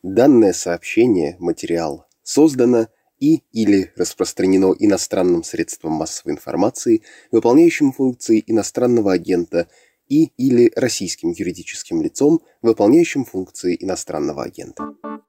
Данное сообщение, материал, создано или распространено иностранным средством массовой информации, выполняющим функции иностранного агента, или российским юридическим лицом, выполняющим функции иностранного агента.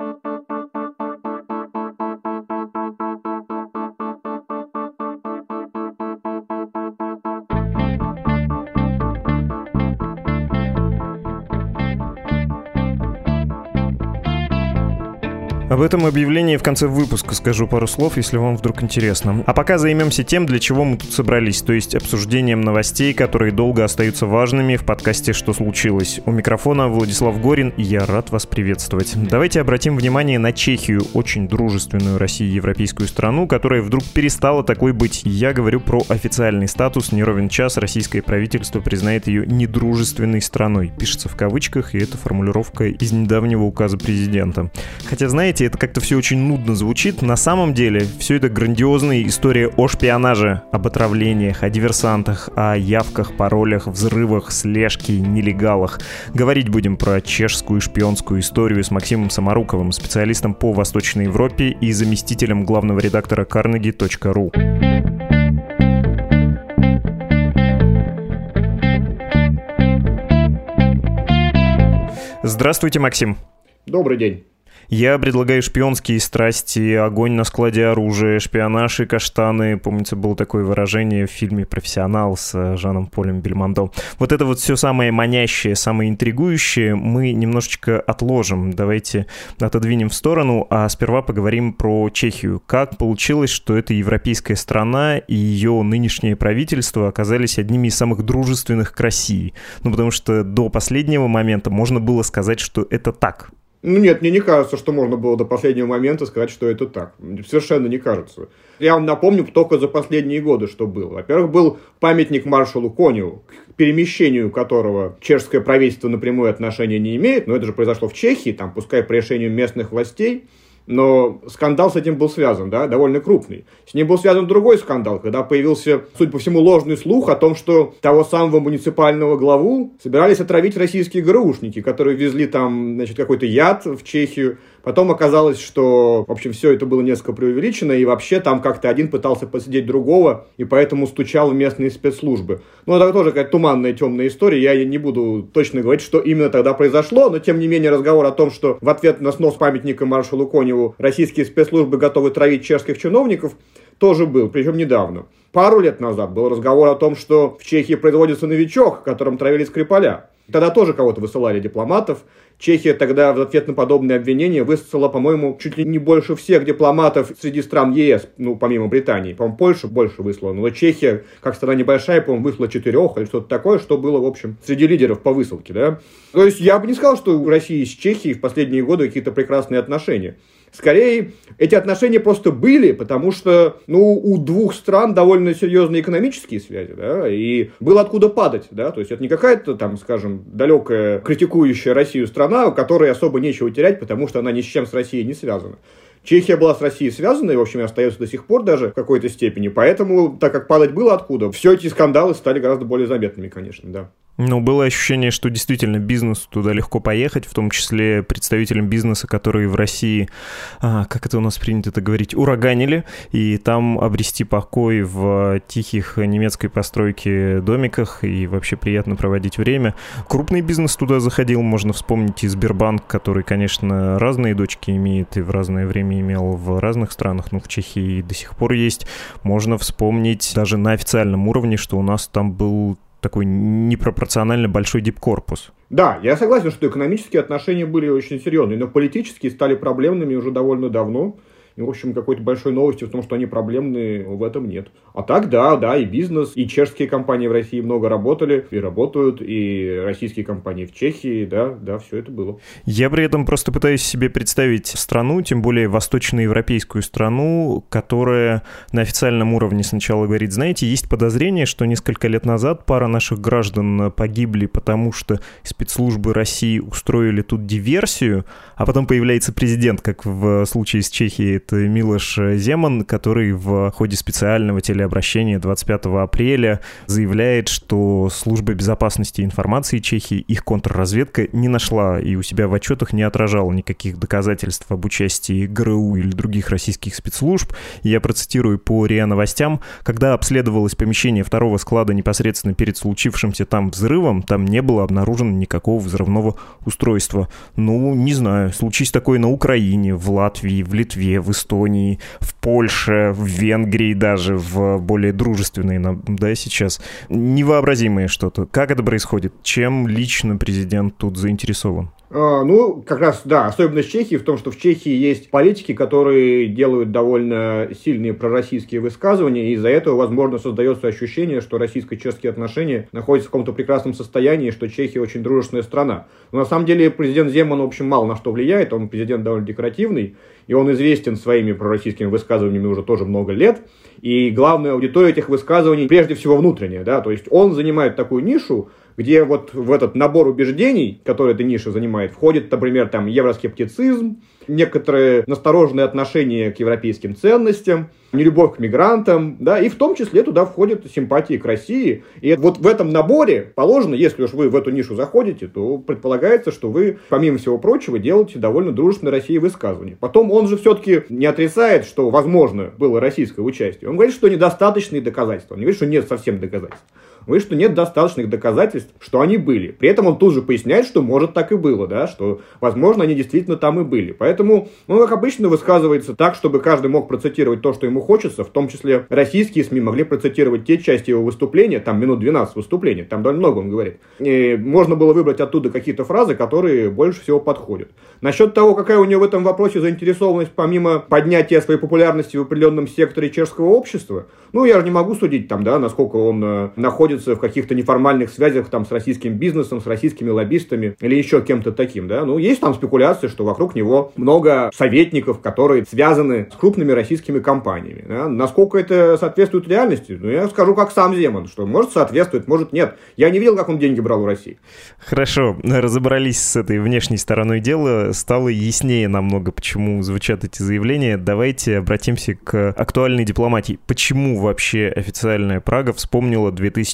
Об этом объявлении в конце выпуска скажу пару слов, если вам вдруг интересно. А пока займемся тем, для чего мы тут собрались, то есть обсуждением новостей, которые долго остаются важными в подкасте «Что случилось?». У микрофона Владислав Горин, и я рад вас приветствовать. Давайте обратим внимание на Чехию, очень дружественную России европейскую страну, которая вдруг перестала такой быть. Я говорю про официальный статус, не ровен час российское правительство признает ее недружественной страной. Пишется в кавычках, и это формулировка из недавнего указа президента. Хотя, знаете, это как-то все очень нудно звучит. На самом деле, все это грандиозная история о шпионаже, об отравлениях, о диверсантах, о явках, паролях, взрывах, слежке, нелегалах. Говорить будем про чешскую шпионскую историю с Максимом Самаруковым, специалистом по Восточной Европе и заместителем главного редактора Carnegie.ru. Здравствуйте, Максим. Добрый день. Я предлагаю шпионские страсти, огонь на складе оружия, шпионаж и каштаны. Помнится, было такое выражение в фильме «Профессионал» с Жаном Полем Бельмондо. Вот это вот все самое манящее, самое интригующее мы немножечко отложим. Давайте отодвинем в сторону, а сперва поговорим про Чехию. Как получилось, что эта европейская страна и ее нынешнее правительство оказались одними из самых дружественных к России? Ну, потому что до последнего момента можно было сказать, что это так. Нет, мне не кажется, что можно было до последнего момента сказать, что это так. Совершенно не кажется. Я вам напомню только за последние годы, что было. Во-первых, был памятник маршалу Коневу, к перемещению которого чешское правительство напрямую отношения не имеет. Но это же произошло в Чехии, там, пускай по решению местных властей. Но скандал с этим был связан, да, довольно крупный. С ним был связан другой скандал, когда появился, судя по всему, ложный слух о том, что того самого муниципального главу собирались отравить российские ГРУшники, которые везли там, значит, какой-то яд в Чехию. Потом оказалось, что, в общем, все это было несколько преувеличено, и вообще там как-то один пытался посидеть другого, и поэтому стучал в местные спецслужбы. Ну, это тоже какая-то туманная, темная история, я не буду точно говорить, что именно тогда произошло, но, тем не менее, разговор о том, что в ответ на снос памятника маршалу Коневу российские спецслужбы готовы травить чешских чиновников, тоже был, причем недавно. Пару лет назад был разговор о том, что в Чехии производится новичок, которым травили Скрипаля. Тогда тоже кого-то высылали дипломатов. Чехия тогда в ответ на подобные обвинения высылала, по-моему, чуть ли не больше всех дипломатов среди стран ЕС, ну, помимо Британии. По-моему, Польша больше выслала, но Чехия, как страна небольшая, по-моему, выслала 4 или что-то такое, что было, в общем, среди лидеров по высылке, да. То есть я бы не сказал, что у России с Чехией в последние годы какие-то прекрасные отношения. Скорее, эти отношения просто были, потому что, ну, у двух стран довольно серьезные экономические связи, да, и было откуда падать, да, то есть это не какая-то там, скажем, далекая критикующая Россию страна, у которой особо нечего терять, потому что она ни с чем с Россией не связана. Чехия была с Россией связана и, в общем, остается до сих пор даже в какой-то степени, поэтому, так как падать было откуда, все эти скандалы стали гораздо более заметными, конечно, да. Ну, было ощущение, что действительно бизнесу туда легко поехать, в том числе представителям бизнеса, которые в России, как это у нас принято это говорить, ураганили, и там обрести покой в тихих немецкой постройке домиках, и вообще приятно проводить время. Крупный бизнес туда заходил, можно вспомнить и Сбербанк, который, конечно, разные дочки имеет и в разное время имел в разных странах, но в Чехии до сих пор есть. Можно вспомнить даже на официальном уровне, что у нас там был такой непропорционально большой дипкорпус. Да, я согласен, что экономические отношения были очень серьезные, но политические стали проблемными уже довольно давно. И, в общем, какой-то большой новости в том, что они проблемные, в этом нет. А так, да, и бизнес, и чешские компании в России много работали, и работают, и российские компании в Чехии, да, все это было. Я при этом просто пытаюсь себе представить страну, тем более восточноевропейскую страну, которая на официальном уровне сначала говорит, знаете, есть подозрение, что несколько лет назад пара наших граждан погибли, потому что спецслужбы России устроили тут диверсию, а потом появляется президент, как в случае с Чехией, говорит Милош Земан, который в ходе специального телеобращения 25 апреля заявляет, что Служба безопасности информации Чехии, их контрразведка не нашла и у себя в отчетах не отражала никаких доказательств об участии ГРУ или других российских спецслужб. Я процитирую по РИА Новостям: когда обследовалось помещение второго склада непосредственно перед случившимся там взрывом, там не было обнаружено никакого взрывного устройства. Ну, не знаю, случись такое на Украине, в Латвии, в Литве, в Эстонии, в Польше, в Венгрии даже, в более дружественные, да, сейчас. Невообразимое что-то. Как это происходит? Чем лично президент тут заинтересован? Ну, как раз, да, особенность Чехии в том, что в Чехии есть политики, которые делают довольно сильные пророссийские высказывания, и из-за этого, возможно, создается ощущение, что российско-чешские отношения находятся в каком-то прекрасном состоянии, что Чехия очень дружественная страна. Но на самом деле президент Земан, в общем, мало на что влияет, он президент довольно декоративный, и он известен своими пророссийскими высказываниями уже тоже много лет, и главная аудитория этих высказываний прежде всего внутренняя, да, то есть он занимает такую нишу, где вот в этот набор убеждений, который эта ниша занимает, входит, например, там евроскептицизм, некоторые настороженные отношения к европейским ценностям, нелюбовь к мигрантам, да, и в том числе туда входят симпатии к России. И вот в этом наборе положено, если уж вы в эту нишу заходите, то предполагается, что вы, помимо всего прочего, делаете довольно дружественное России высказывание. Потом он же все-таки не отрицает, что, возможно, было российское участие. Он говорит, что недостаточные доказательства. Он не говорит, что нет совсем доказательств. Он говорит, что нет достаточных доказательств, что они были. При этом он тут же поясняет, что может так и было, да, что, возможно, они действительно там и были. Поэтому он, как обычно, высказывается так, чтобы каждый мог процитировать то, что ему хочется, в том числе российские СМИ могли процитировать те части его выступления, там минут 12 выступления, там довольно много он говорит. И можно было выбрать оттуда какие-то фразы, которые больше всего подходят. Насчет того, какая у него в этом вопросе заинтересованность, помимо поднятия своей популярности в определенном секторе чешского общества, ну, я же не могу судить там, да, насколько он находится в каких-то неформальных связях там с российским бизнесом, с российскими лоббистами или еще кем-то таким, да. Ну, есть там спекуляции, что вокруг него много советников, которые связаны с крупными российскими компаниями. Да? Насколько это соответствует реальности? Ну, я скажу, как сам Земан, что может соответствует, может нет. Я не видел, как он деньги брал у России. Хорошо, разобрались с этой внешней стороной дела, стало яснее намного, почему звучат эти заявления. Давайте обратимся к актуальной дипломатии. Почему вообще официальная Прага вспомнила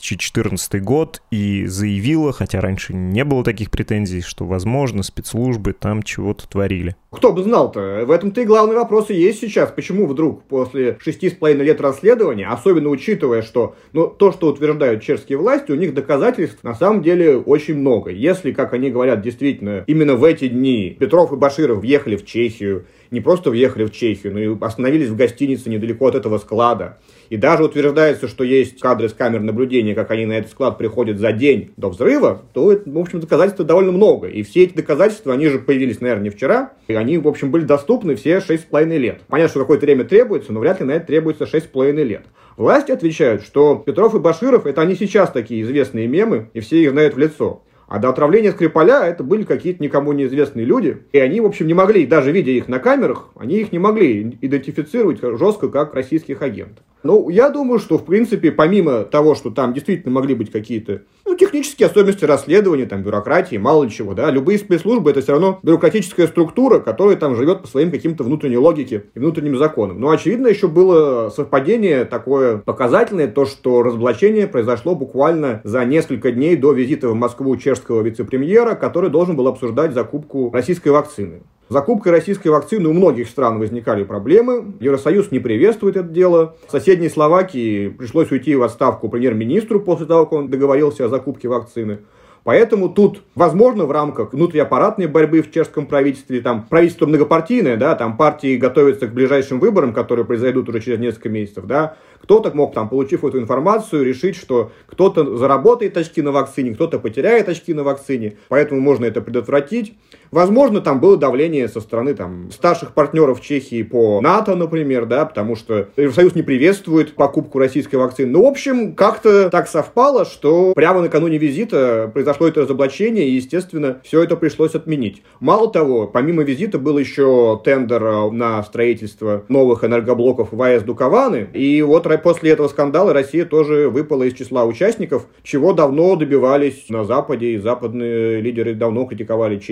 2014 год и заявила, хотя раньше не было таких претензий, что, возможно, спецслужбы там чего-то творили? Кто бы знал-то? В этом-то и главный вопрос и есть сейчас. Почему вдруг после 6,5 лет расследования, особенно учитывая, что то, что утверждают чешские власти, у них доказательств на самом деле очень много. Если, как они говорят, действительно, именно в эти дни Петров и Баширов въехали в Чехию, не просто въехали в Чехию, но и остановились в гостинице недалеко от этого склада. И даже утверждается, что есть кадры с камер наблюдения, как они на этот склад приходят за день до взрыва, то, в общем, доказательств довольно много. И все эти доказательства, они же появились, наверное, не вчера, и они, в общем, были доступны все 6,5 лет. Понятно, что какое-то время требуется, но вряд ли на это требуется 6,5 лет. Власти отвечают, что Петров и Баширов, это они сейчас такие известные мемы, и все их знают в лицо. А до отравления Скрипаля это были какие-то никому неизвестные люди. И они, в общем, не могли, даже видя их на камерах, они их не могли идентифицировать жестко как российских агентов. Ну, я думаю, что, в принципе, помимо того, что там действительно могли быть какие-то технические особенности расследования, там, бюрократии, мало ли чего, да, любые спецслужбы — это все равно бюрократическая структура, которая там живет по своим каким-то внутренней логике и внутренним законам. Но, очевидно, еще было совпадение такое показательное, то, что разоблачение произошло буквально за несколько дней до визита в Москву чешского вице-премьера, который должен был обсуждать закупку российской вакцины. С закупкой российской вакцины у многих стран возникали проблемы. Евросоюз не приветствует это дело. В соседней Словакии пришлось уйти в отставку премьер-министру после того, как он договорился о закупке вакцины. Поэтому тут, возможно, в рамках внутриаппаратной борьбы в чешском правительстве, там правительство многопартийное, да, там партии готовятся к ближайшим выборам, которые произойдут уже через несколько месяцев, да, кто-то мог, там, получив эту информацию, решить, что кто-то заработает очки на вакцине, кто-то потеряет очки на вакцине, поэтому можно это предотвратить. Возможно, там было давление со стороны там старших партнеров Чехии по НАТО, например, да, потому что Евросоюз не приветствует покупку российской вакцины. Ну, в общем, как-то так совпало, что прямо накануне визита произошло это разоблачение, и, естественно, все это пришлось отменить. Мало того, помимо визита был еще тендер на строительство новых энергоблоков в АЭС Дукованы, и вот после этого скандала Россия тоже выпала из числа участников, чего давно добивались на Западе, и западные лидеры давно критиковали Чехию, что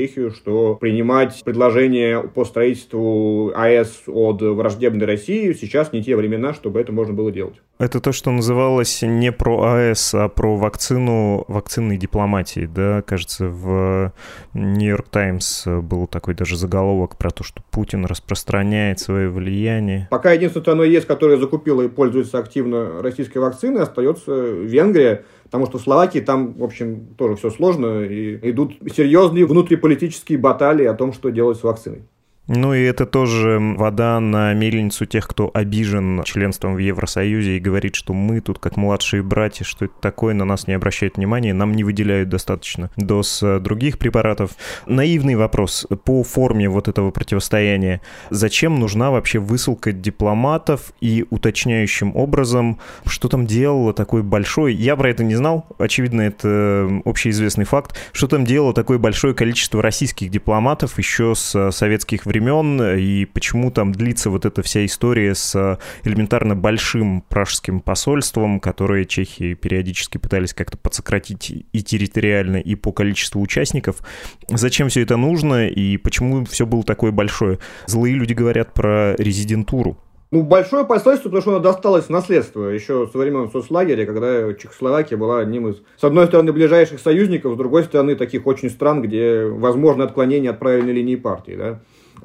что принимать предложения по строительству АЭС от враждебной России сейчас не те времена, чтобы это можно было делать. Это то, что называлось не про АЭС, а про вакцинной дипломатии, да? Кажется, в «Нью-Йорк Таймс» был такой даже заголовок про то, что Путин распространяет свое влияние. Пока единственной страной ЕС, которая закупила и пользуется активно российской вакциной, остается Венгрия, потому что в Словакии там, в общем, тоже все сложно, и идут серьезные внутриполитические баталии о том, что делать с вакциной. Ну и это тоже вода на мельницу тех, кто обижен членством в Евросоюзе и говорит, что мы тут как младшие братья, что это такое, на нас не обращают внимания, нам не выделяют достаточно доз других препаратов. Наивный вопрос по форме вот этого противостояния. Зачем нужна вообще высылка дипломатов и уточняющим образом, что там делало такой большой... Я про это не знал, очевидно, это общеизвестный факт. Что там делало такое большое количество российских дипломатов еще с советских времен, и почему там длится вот эта вся история с элементарно большим пражским посольством, которое чехи периодически пытались как-то подсократить и территориально, и по количеству участников. Зачем все это нужно, и почему все было такое большое? Злые люди говорят про резидентуру. Большое посольство, потому что оно досталось в наследство еще со времен соцлагеря, когда Чехословакия была одним из, с одной стороны, ближайших союзников, с другой стороны, таких очень стран, где возможно отклонение от правильной линии партии, да.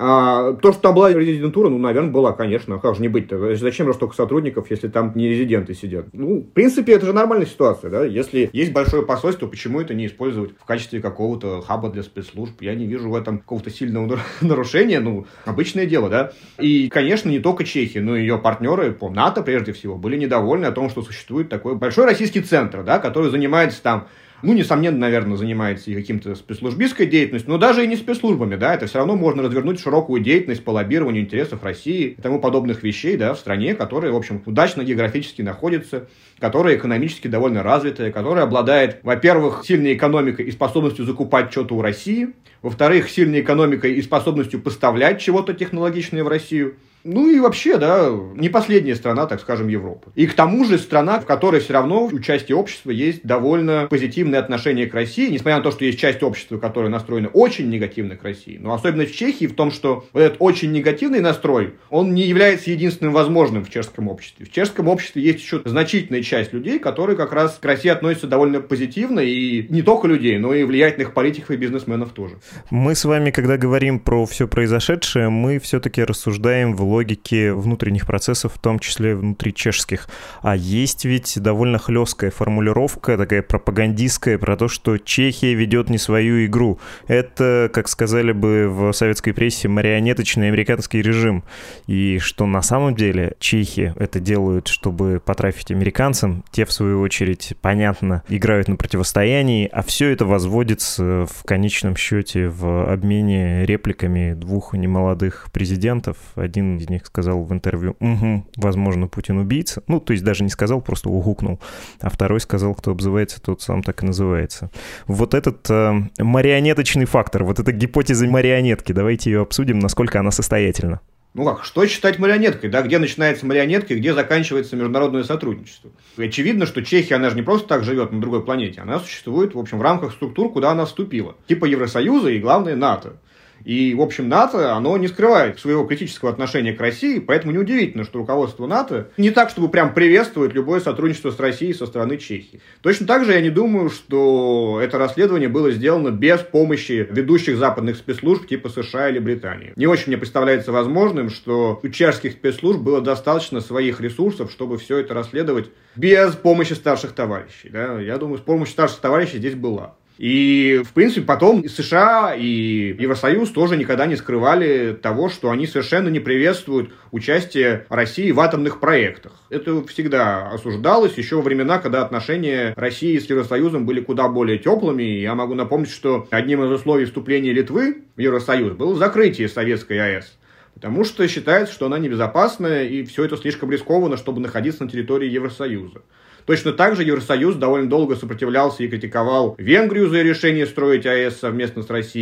А то, что там была резидентура, наверное, была, конечно. Как же не быть-то? Зачем же столько сотрудников, если там не резиденты сидят? В принципе, это же нормальная ситуация, да? Если есть большое посольство, почему это не использовать в качестве какого-то хаба для спецслужб? Я не вижу в этом какого-то сильного нарушения, обычное дело, да? И, конечно, не только Чехия, но и ее партнеры по НАТО, прежде всего, были недовольны о том, что существует такой большой российский центр, да, который занимается там, несомненно, наверное, занимается и каким-то спецслужбистской деятельностью, но даже и не спецслужбами, да, это все равно можно развернуть широкую деятельность по лоббированию интересов России и тому подобных вещей, да, в стране, которая, в общем, удачно географически находится, которая экономически довольно развитая, которая обладает, во-первых, сильной экономикой и способностью закупать что-то у России, во-вторых, сильной экономикой и способностью поставлять чего-то технологичное в Россию. И вообще, да, не последняя страна, так скажем, Европы. И к тому же страна, в которой все равно у части общества есть довольно позитивное отношение к России, несмотря на то, что есть часть общества, которая настроена очень негативно к России. Но особенность в Чехии в том, что вот этот очень негативный настрой, он не является единственным возможным в чешском обществе. В чешском обществе есть еще значительная часть людей, которые как раз к России относятся довольно позитивно, и не только людей, но и влиятельных политиков и бизнесменов тоже. Мы с вами, когда говорим про все произошедшее, мы все-таки рассуждаем в логике внутренних процессов, в том числе внутри чешских. А есть ведь довольно хлесткая формулировка, такая пропагандистская, про то, что Чехия ведет не свою игру. Это, как сказали бы в советской прессе, марионеточный американский режим. И что на самом деле чехи это делают, чтобы потрафить американцам. Те, в свою очередь, понятно, играют на противостоянии, а все это возводится в конечном счете в обмене репликами двух немолодых президентов. Один из них сказал в интервью: возможно, Путин убийца. То есть даже не сказал, просто угукнул. А второй сказал, кто обзывается, тот сам так и называется. Вот этот марионеточный фактор, вот эта гипотеза марионетки, давайте ее обсудим, насколько она состоятельна. Что считать марионеткой, да? Где начинается марионетка и где заканчивается международное сотрудничество? И очевидно, что Чехия, она же не просто так живет на другой планете, она существует, в общем, в рамках структур, куда она вступила. Типа Евросоюза и, главное, НАТО. И, в общем, НАТО, оно не скрывает своего критического отношения к России, поэтому неудивительно, что руководство НАТО не так, чтобы прям приветствует любое сотрудничество с Россией со стороны Чехии. Точно так же я не думаю, что это расследование было сделано без помощи ведущих западных спецслужб типа США или Британии. Не очень мне представляется возможным, что у чешских спецслужб было достаточно своих ресурсов, чтобы все это расследовать без помощи старших товарищей. Да? Я думаю, помощь старших товарищей здесь была. И, в принципе, потом и США, и Евросоюз тоже никогда не скрывали того, что они совершенно не приветствуют участие России в атомных проектах. Это всегда осуждалось еще во времена, когда отношения России с Евросоюзом были куда более теплыми. Я могу напомнить, что одним из условий вступления Литвы в Евросоюз было закрытие советской АЭС. Потому что считается, что она небезопасная, и все это слишком рискованно, чтобы находиться на территории Евросоюза. Точно так же Евросоюз довольно долго сопротивлялся и критиковал Венгрию за решение строить АЭС совместно с Россией.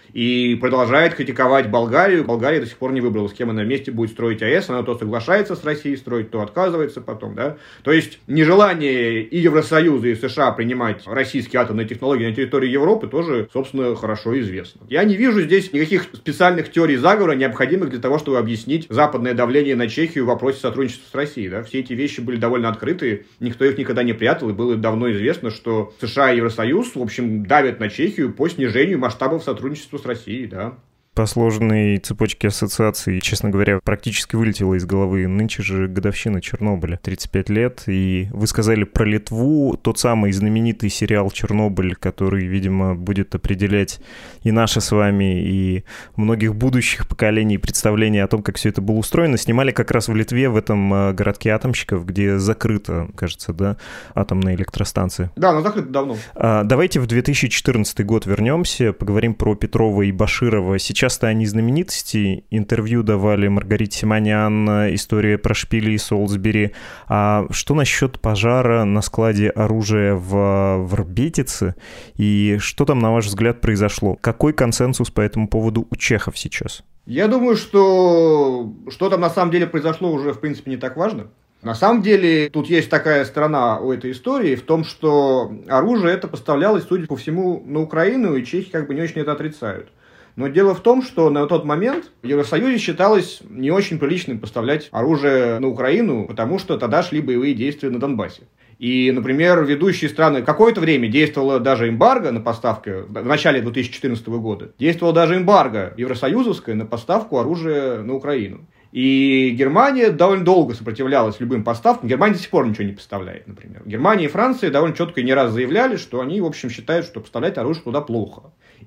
и продолжает критиковать Болгарию. Болгария до сих пор не выбрала, с кем она вместе будет строить АЭС. Она то соглашается с Россией строить, то отказывается потом. Да? То есть нежелание и Евросоюза, и США принимать российские атомные технологии на территории Европы тоже, собственно, хорошо известно. Я не вижу здесь никаких специальных теорий заговора, необходимых для того, чтобы объяснить западное давление на Чехию в вопросе сотрудничества с Россией. Да? Все эти вещи были довольно открытые, никто их никогда не прятал, и было давно известно, что США и Евросоюз, в общем, давят на Чехию по снижению масштабов сотрудничества с Россией, да. По сложной цепочке ассоциаций, честно говоря, практически вылетело из головы. Нынче же годовщина Чернобыля, 35 лет, и вы сказали про Литву, тот самый знаменитый сериал «Чернобыль», который, видимо, будет определять и наше с вами, и многих будущих поколений представления о том, как все это было устроено, снимали как раз в Литве, в этом городке атомщиков, где закрыта, кажется, да, атомная электростанция. Да, она закрыта давно. Давайте в 2014 год вернемся, поговорим про Петрова и Баширова. Сейчас-то они знаменитости, интервью давали Маргарите Симонян, история про шпили и Солсбери. А что насчет пожара на складе оружия в Врбетице? И что там, на ваш взгляд, произошло? Какой консенсус по этому поводу у чехов сейчас? Я думаю, что там на самом деле произошло уже, в принципе, не так важно. На самом деле, тут есть такая сторона у этой истории, в том, что оружие это поставлялось, судя по всему, на Украину, и чехи как бы не очень это отрицают. Но дело в том, что на тот момент в Евросоюзе считалось не очень приличным поставлять оружие на Украину, потому что тогда шли боевые действия на Донбассе. И, например, ведущие страны какое-то время действовала даже эмбарго на поставку, в начале 2014 года, действовала даже эмбарго евросоюзовское на поставку оружия на Украину. И Германия довольно долго сопротивлялась любым поставкам. Германия до сих пор ничего не поставляет, например. Германия и Франция довольно четко и не раз заявляли, что они, в общем, считают, что поставлять оружие туда плохо.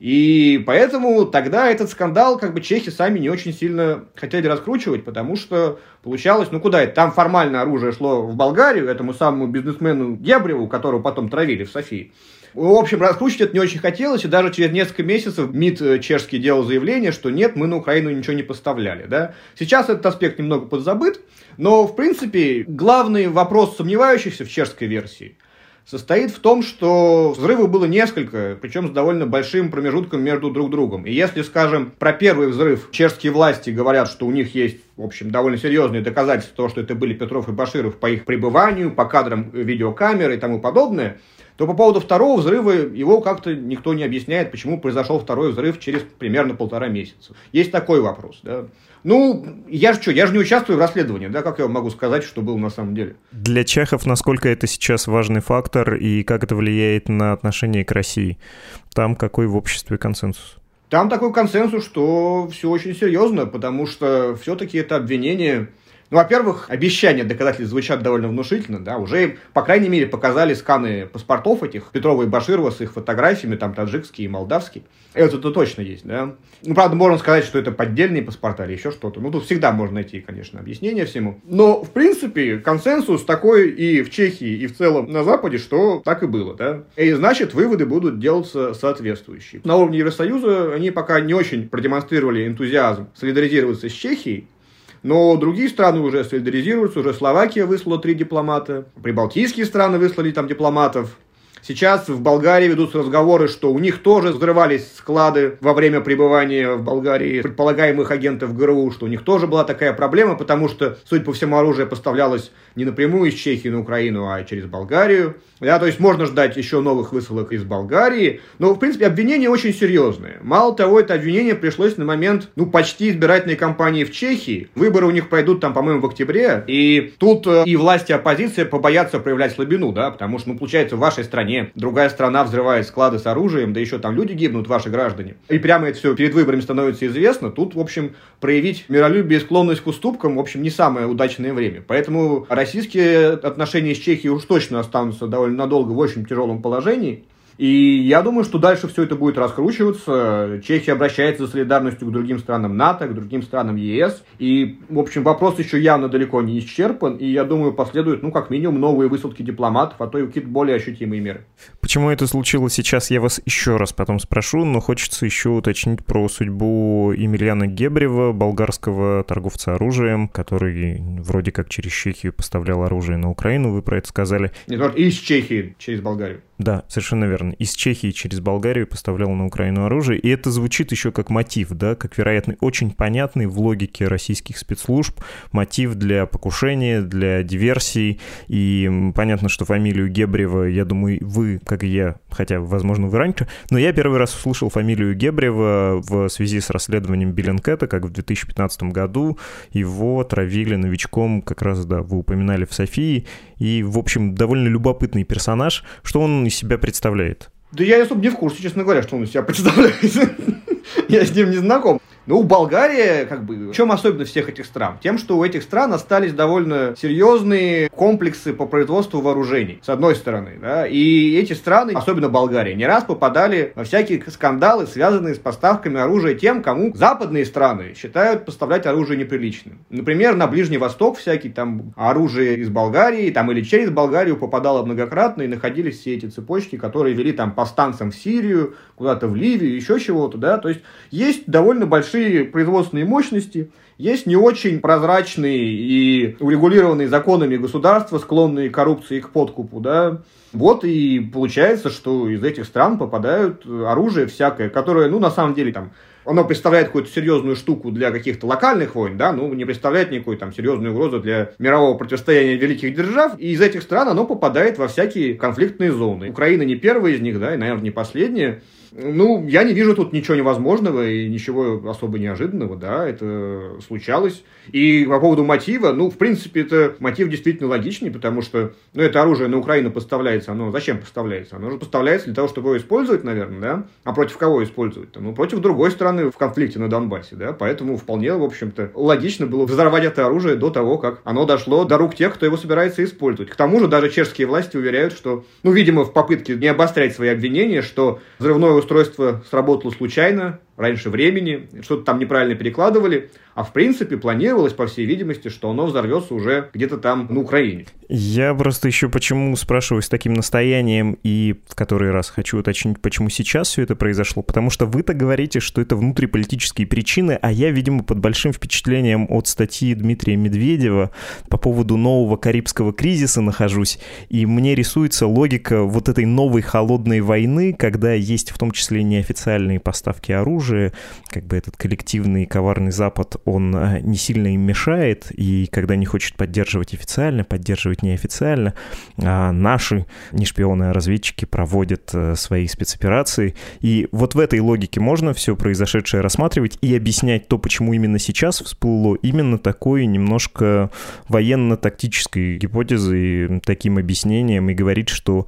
И поэтому тогда этот скандал как бы чехи сами не очень сильно хотели раскручивать, потому что получалось, ну куда это? Там формально оружие шло в Болгарию, этому самому бизнесмену Гебреву, которого потом травили в Софии. В общем, раскручивать это не очень хотелось, и даже через несколько месяцев МИД чешский делал заявление, что нет, мы на Украину ничего не поставляли. Да? Сейчас этот аспект немного подзабыт, но, в принципе, главный вопрос сомневающихся в чешской версии состоит в том, что взрывов было несколько, причем с довольно большим промежутком между друг другом. И если, скажем, про первый взрыв чешские власти говорят, что у них есть, в общем, довольно серьезные доказательства того, что это были Петров и Баширов по их пребыванию, по кадрам видеокамеры и тому подобное, то по поводу второго взрыва его как-то никто не объясняет, почему произошел второй взрыв через примерно 1,5 месяца. Есть такой вопрос, да. Ну, я же не участвую в расследовании, да, как я вам могу сказать, что было на самом деле. Для чехов насколько это сейчас важный фактор и как это влияет на отношение к России? Там какой в обществе консенсус? Там такой консенсус, что все очень серьезно, потому что все-таки это обвинение... Ну, во-первых, обещания доказательств звучат довольно внушительно, да, уже, по крайней мере, показали сканы паспортов этих Петрова и Баширова с их фотографиями, там, таджикские и молдавские. Это-то точно есть, да. Ну, правда, можно сказать, что это поддельные паспорта или еще что-то. Ну, тут всегда можно найти, конечно, объяснение всему. Но, в принципе, консенсус такой и в Чехии, и в целом на Западе, что так и было, да. И, значит, выводы будут делаться соответствующие. На уровне Евросоюза они пока не очень продемонстрировали энтузиазм солидаризироваться с Чехией, но другие страны уже солидаризируются, уже Словакия выслала 3 дипломата, прибалтийские страны выслали там дипломатов. Сейчас в Болгарии ведутся разговоры, что у них тоже взрывались склады во время пребывания в Болгарии предполагаемых агентов ГРУ, что у них тоже была такая проблема, потому что, судя по всему, оружие поставлялось не напрямую из Чехии на Украину, а через Болгарию. Да, то есть можно ждать еще новых высылок из Болгарии. Но, в принципе, обвинение очень серьезное. Мало того, это обвинение пришлось на момент, почти избирательной кампании в Чехии. Выборы у них пройдут там, по-моему, в октябре. И тут и власти, и оппозиция побоятся проявлять слабину, да, потому что, получается, в вашей стране другая страна взрывает склады с оружием, да еще там люди гибнут, ваши граждане. И прямо это все перед выборами становится известно. Тут, в общем, проявить миролюбие и склонность к уступкам, в общем, не самое удачное время. Поэтому российские отношения с Чехией уж точно останутся довольно надолго в очень тяжелом положении. И я думаю, что дальше все это будет раскручиваться. Чехия обращается за солидарностью к другим странам НАТО, к другим странам ЕС. И, в общем, вопрос еще явно далеко не исчерпан. И я думаю, последуют, как минимум, новые высылки дипломатов, а то и какие-то более ощутимые меры. Почему это случилось сейчас, я вас еще раз потом спрошу, но хочется еще уточнить про судьбу Емельяна Гебрева, болгарского торговца оружием, который вроде как через Чехию поставлял оружие на Украину, вы про это сказали. Нет, из Чехии через Болгарию. Да, совершенно верно. Из Чехии через Болгарию поставляла на Украину оружие, и это звучит еще как мотив, да, как, вероятно, очень понятный в логике российских спецслужб мотив для покушения, для диверсий, и понятно, что фамилию Гебрева, я думаю, вы, как и я, хотя, возможно, вы раньше, но я первый раз услышал фамилию Гебрева в связи с расследованием Беллинкета, как в 2015 году его травили новичком, как раз, да, вы упоминали, в Софии, и, в общем, довольно любопытный персонаж. Что он из себя представляет? Да я особо не в курсе, честно говоря, что он из себя представляет. Я с ним не знаком. Ну, Болгария, в чем особенность всех этих стран? Тем, что у этих стран остались довольно серьезные комплексы по производству вооружений, с одной стороны, да, и эти страны, особенно Болгария, не раз попадали во всякие скандалы, связанные с поставками оружия тем, кому западные страны считают поставлять оружие неприличным. Например, на Ближний Восток всякие там оружие из Болгарии, там или через Болгарию попадало многократно, и находились все эти цепочки, которые вели там по станциям в Сирию, куда-то в Ливию, еще чего-то, да, то есть довольно большие производственные мощности, есть не очень прозрачные и урегулированные законами государства, склонные к коррупции и к подкупу, да. Вот и получается, что из этих стран попадают оружие всякое, которое, на самом деле, оно представляет какую-то серьезную штуку для каких-то локальных войн, да, не представляет никакой серьезную угрозу для мирового противостояния великих держав, и из этих стран оно попадает во всякие конфликтные зоны. Украина не первая из них, да, и, наверное, не последняя. Я не вижу тут ничего невозможного и ничего особо неожиданного, да, это случалось. И по поводу мотива, в принципе, это мотив действительно логичный, потому что, это оружие на Украину поставляется, оно зачем поставляется? Оно же поставляется для того, чтобы его использовать, наверное, да? А против кого использовать-то? Против другой страны в конфликте на Донбассе, да, поэтому вполне, в общем-то, логично было взорвать это оружие до того, как оно дошло до рук тех, кто его собирается использовать. К тому же даже чешские власти уверяют, что, видимо, в попытке не обострять свои обвинения, что взрывное устройство сработало случайно, раньше времени, что-то там неправильно перекладывали, а в принципе планировалось, по всей видимости, что оно взорвется уже где-то там на Украине. Я просто еще почему спрашиваю с таким настоянием и в который раз хочу уточнить, почему сейчас все это произошло, потому что вы-то говорите, что это внутриполитические причины, а я, видимо, под большим впечатлением от статьи Дмитрия Медведева по поводу нового Карибского кризиса нахожусь, и мне рисуется логика вот этой новой холодной войны, когда есть в том числе неофициальные поставки оружия, этот коллективный коварный Запад, он не сильно им мешает, и когда не хочет поддерживать официально, поддерживать неофициально, а наши, не шпионы, а разведчики проводят свои спецоперации. И вот в этой логике можно все произошедшее рассматривать и объяснять то, почему именно сейчас всплыло именно такой немножко военно-тактической гипотезой, таким объяснением, и говорить, что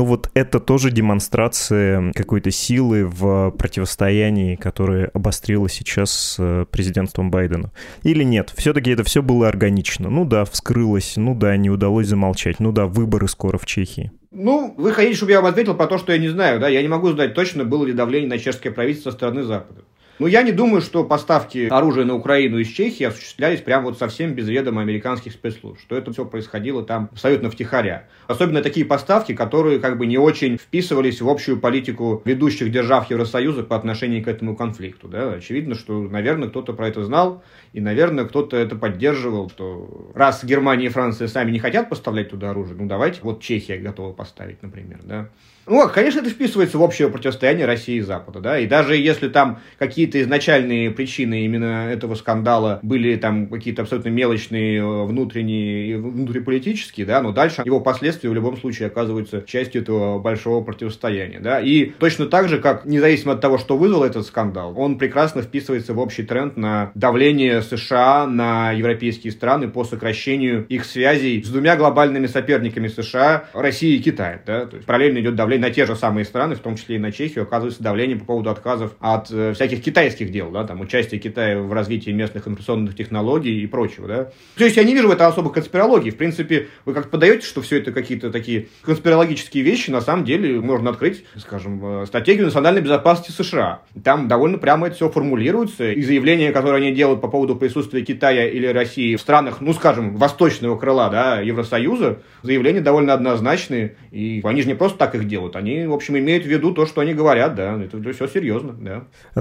это тоже демонстрация какой-то силы в противостоянии, которое обострилось сейчас с президентством Байдена. Или нет? Все-таки это все было органично. Вскрылось. Не удалось замолчать. Выборы скоро в Чехии. Вы хотите, чтобы я вам ответил про то, что я не знаю, да? Я не могу знать точно, было ли давление на чешское правительство со стороны Запада. Я не думаю, что поставки оружия на Украину из Чехии осуществлялись прям совсем без ведома американских спецслужб, что это все происходило там абсолютно втихаря. Особенно такие поставки, которые не очень вписывались в общую политику ведущих держав Евросоюза по отношению к этому конфликту. Да? Очевидно, что, наверное, кто-то про это знал, и, наверное, кто-то это поддерживал, что раз Германия и Франция сами не хотят поставлять туда оружие, давайте, Чехия готова поставить, например, да. Конечно, это вписывается в общее противостояние России и Запада, да, и даже если там какие-то изначальные причины именно этого скандала были там какие-то абсолютно мелочные, внутренние и внутриполитические, да, но дальше его последствия в любом случае оказываются частью этого большого противостояния, да, и точно так же, как независимо от того, что вызвал этот скандал, он прекрасно вписывается в общий тренд на давление США на европейские страны по сокращению их связей с двумя глобальными соперниками США, Россией и Китаем, да, то есть параллельно идет давление на те же самые страны, в том числе и на Чехию, оказывается давление по поводу отказов от всяких китайских дел, да, там, участия Китая в развитии местных информационных технологий и прочего, да. То есть я не вижу в этом особо конспирологии. В принципе, вы как-то подаете, что все это какие-то такие конспирологические вещи, на самом деле можно открыть, скажем, стратегию национальной безопасности США. Там довольно прямо это все формулируется, и заявления, которые они делают по поводу присутствия Китая или России в странах, скажем, восточного крыла, да, Евросоюза, заявления довольно однозначные, и они же не просто так их делают. Они, в общем, имеют в виду то, что они говорят, да, это все серьезно, да. Отлично.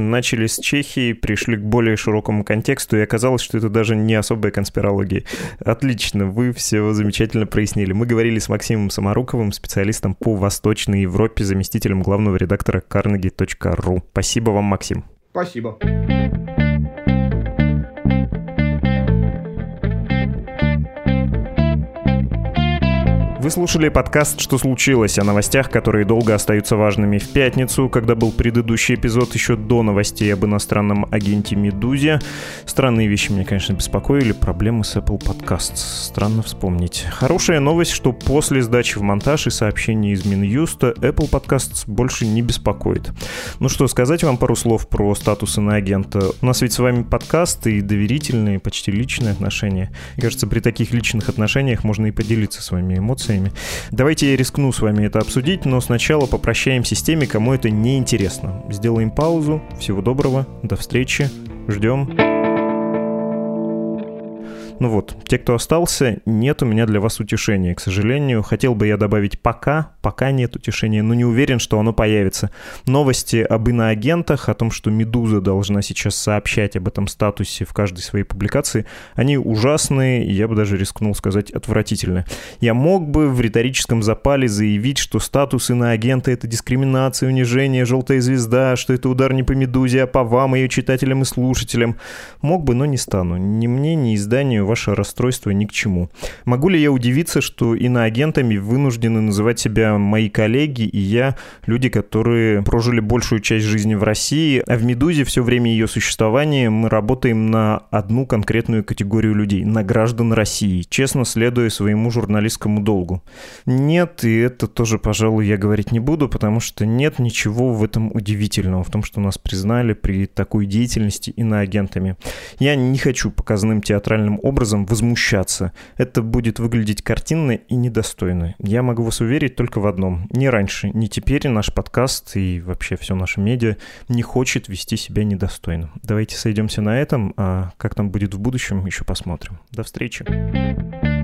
начали с Чехии, пришли к более широкому контексту, и оказалось, что это даже не особая конспирология. Отлично, вы все замечательно прояснили. Мы говорили с Максимом Самаруковым, специалистом по Восточной Европе, заместителем главного редактора Carnegie.ru. Спасибо вам, Максим. Спасибо. Вы слушали подкаст «Что случилось?» о новостях, которые долго остаются важными. В пятницу, когда был предыдущий эпизод, еще до новостей об иностранном агенте Медузе. Странные вещи меня, конечно, беспокоили. Проблемы с Apple Podcasts. Странно вспомнить. Хорошая новость, что после сдачи в монтаж и сообщений из Минюста Apple Podcasts больше не беспокоит. Ну что, сказать вам пару слов про статус иноагента. У нас ведь с вами подкаст и доверительные, почти личные отношения. Мне кажется, при таких личных отношениях можно и поделиться своими эмоциями. Давайте я рискну с вами это обсудить, но сначала попрощаемся с теми, кому это не интересно. Сделаем паузу. Всего доброго. До встречи. Ждем. Ну вот, те, кто остался, нет у меня для вас утешения, к сожалению. Хотел бы я добавить пока нет утешения, но не уверен, что оно появится. Новости об иноагентах, о том, что «Медуза» должна сейчас сообщать об этом статусе в каждой своей публикации, они ужасные, и я бы даже рискнул сказать отвратительные. Я мог бы в риторическом запале заявить, что статус иноагента — это дискриминация, унижение, желтая звезда, что это удар не по «Медузе», а по вам, ее читателям и слушателям. Мог бы, но не стану. Ни мне, ни изданию ваше расстройство ни к чему. Могу ли я удивиться, что иноагентами вынуждены называть себя мои коллеги и я, люди, которые прожили большую часть жизни в России, а в «Медузе» все время ее существования мы работаем на одну конкретную категорию людей, на граждан России, честно следуя своему журналистскому долгу? Нет, и это тоже, пожалуй, я говорить не буду, потому что нет ничего в этом удивительного, в том, что нас признали при такой деятельности иноагентами. Я не хочу показным театральным образом возмущаться. Это будет выглядеть картинно и недостойно. Я могу вас уверить только в одном. Ни раньше, ни теперь наш подкаст и вообще все наше медиа не хочет вести себя недостойно. Давайте сойдемся на этом, а как там будет в будущем, еще посмотрим. До встречи.